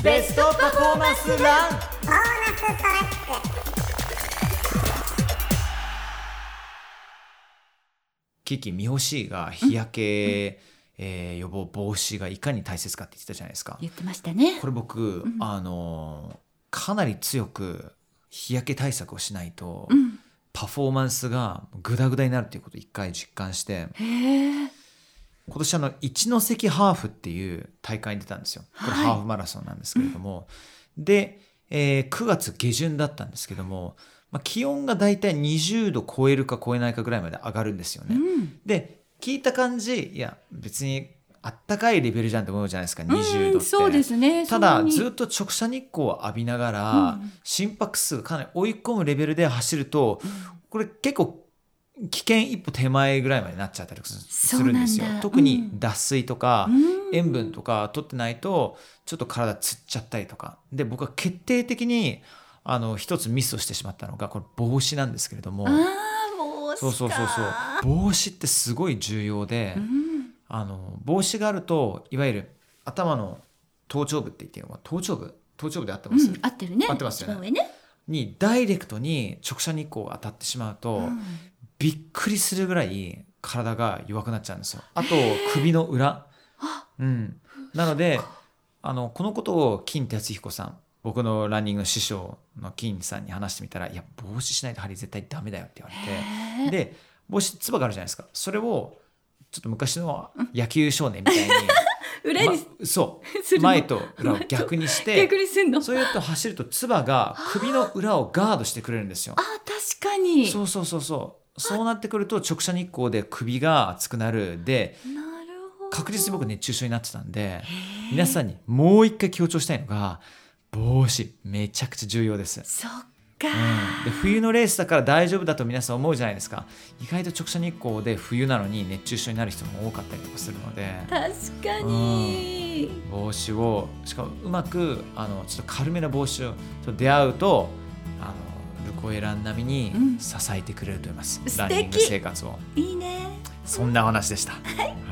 ベストパフォーマンスランボーナストラック。 キキミホシが日焼け、予防防止がいかに大切かって言ってたじゃないですか。 言ってましたね。 これ僕、かなり強く日焼け対策をしないと、パフォーマンスがグダグダになるっていうことを一回実感して、今年一関ハーフっていう大会に出たんですよ。これハーフマラソンなんですけれども、で、9月下旬だったんですけども、気温がだいたい20度超えるか超えないかぐらいまで上がるんですよね。で聞いた感じ、いや別にあったかいレベルじゃんって思うじゃないですか、20度って。 そうですね。 ただずっと直射日光を浴びながら、心拍数かなり追い込むレベルで走ると、これ結構危険一歩手前ぐらいまでなっちゃったりするんですよ。特に脱水とか、塩分とか取ってないとちょっと体つっちゃったりとかで、僕は決定的に一つミスをしてしまったのがこれ帽子なんですけれども。 帽子か。 そう帽子ってすごい重要で、帽子があるといわゆる頭の頭頂部って言っていいのか、頭頂部で合ってます、 合ってるね。 合ってますよね。 上ねにダイレクトに直射日光が当たってしまうと、びっくりするぐらい体が弱くなっちゃうんですよ。あと首の裏、なのでこのことを金哲彦さん、僕のランニングの師匠の金さんに話してみたら、いや帽子しないと針絶対ダメだよって言われて、で帽子つばがあるじゃないですか。それをちょっと昔の野球少年みたいに裏に、 そう前と裏を逆にして逆にすんの。 そうやって走るとつばが首の裏をガードしてくれるんですよ。 確かに。 そうなってくると直射日光で首が熱くなるで、 なるほど。 確実に僕熱中症になってたんで、皆さんにもう一回強調したいのが、帽子めちゃくちゃ重要です。 そっか、 で冬のレースだから大丈夫だと皆さん思うじゃないですか。意外と直射日光で冬なのに熱中症になる人も多かったりとかするので、 確かに、 帽子をしかもうまくちょっと軽めな帽子をと出会うとルコエラン並みに支えてくれると思います、ランニング生活を。 いいね。 そんなお話でした。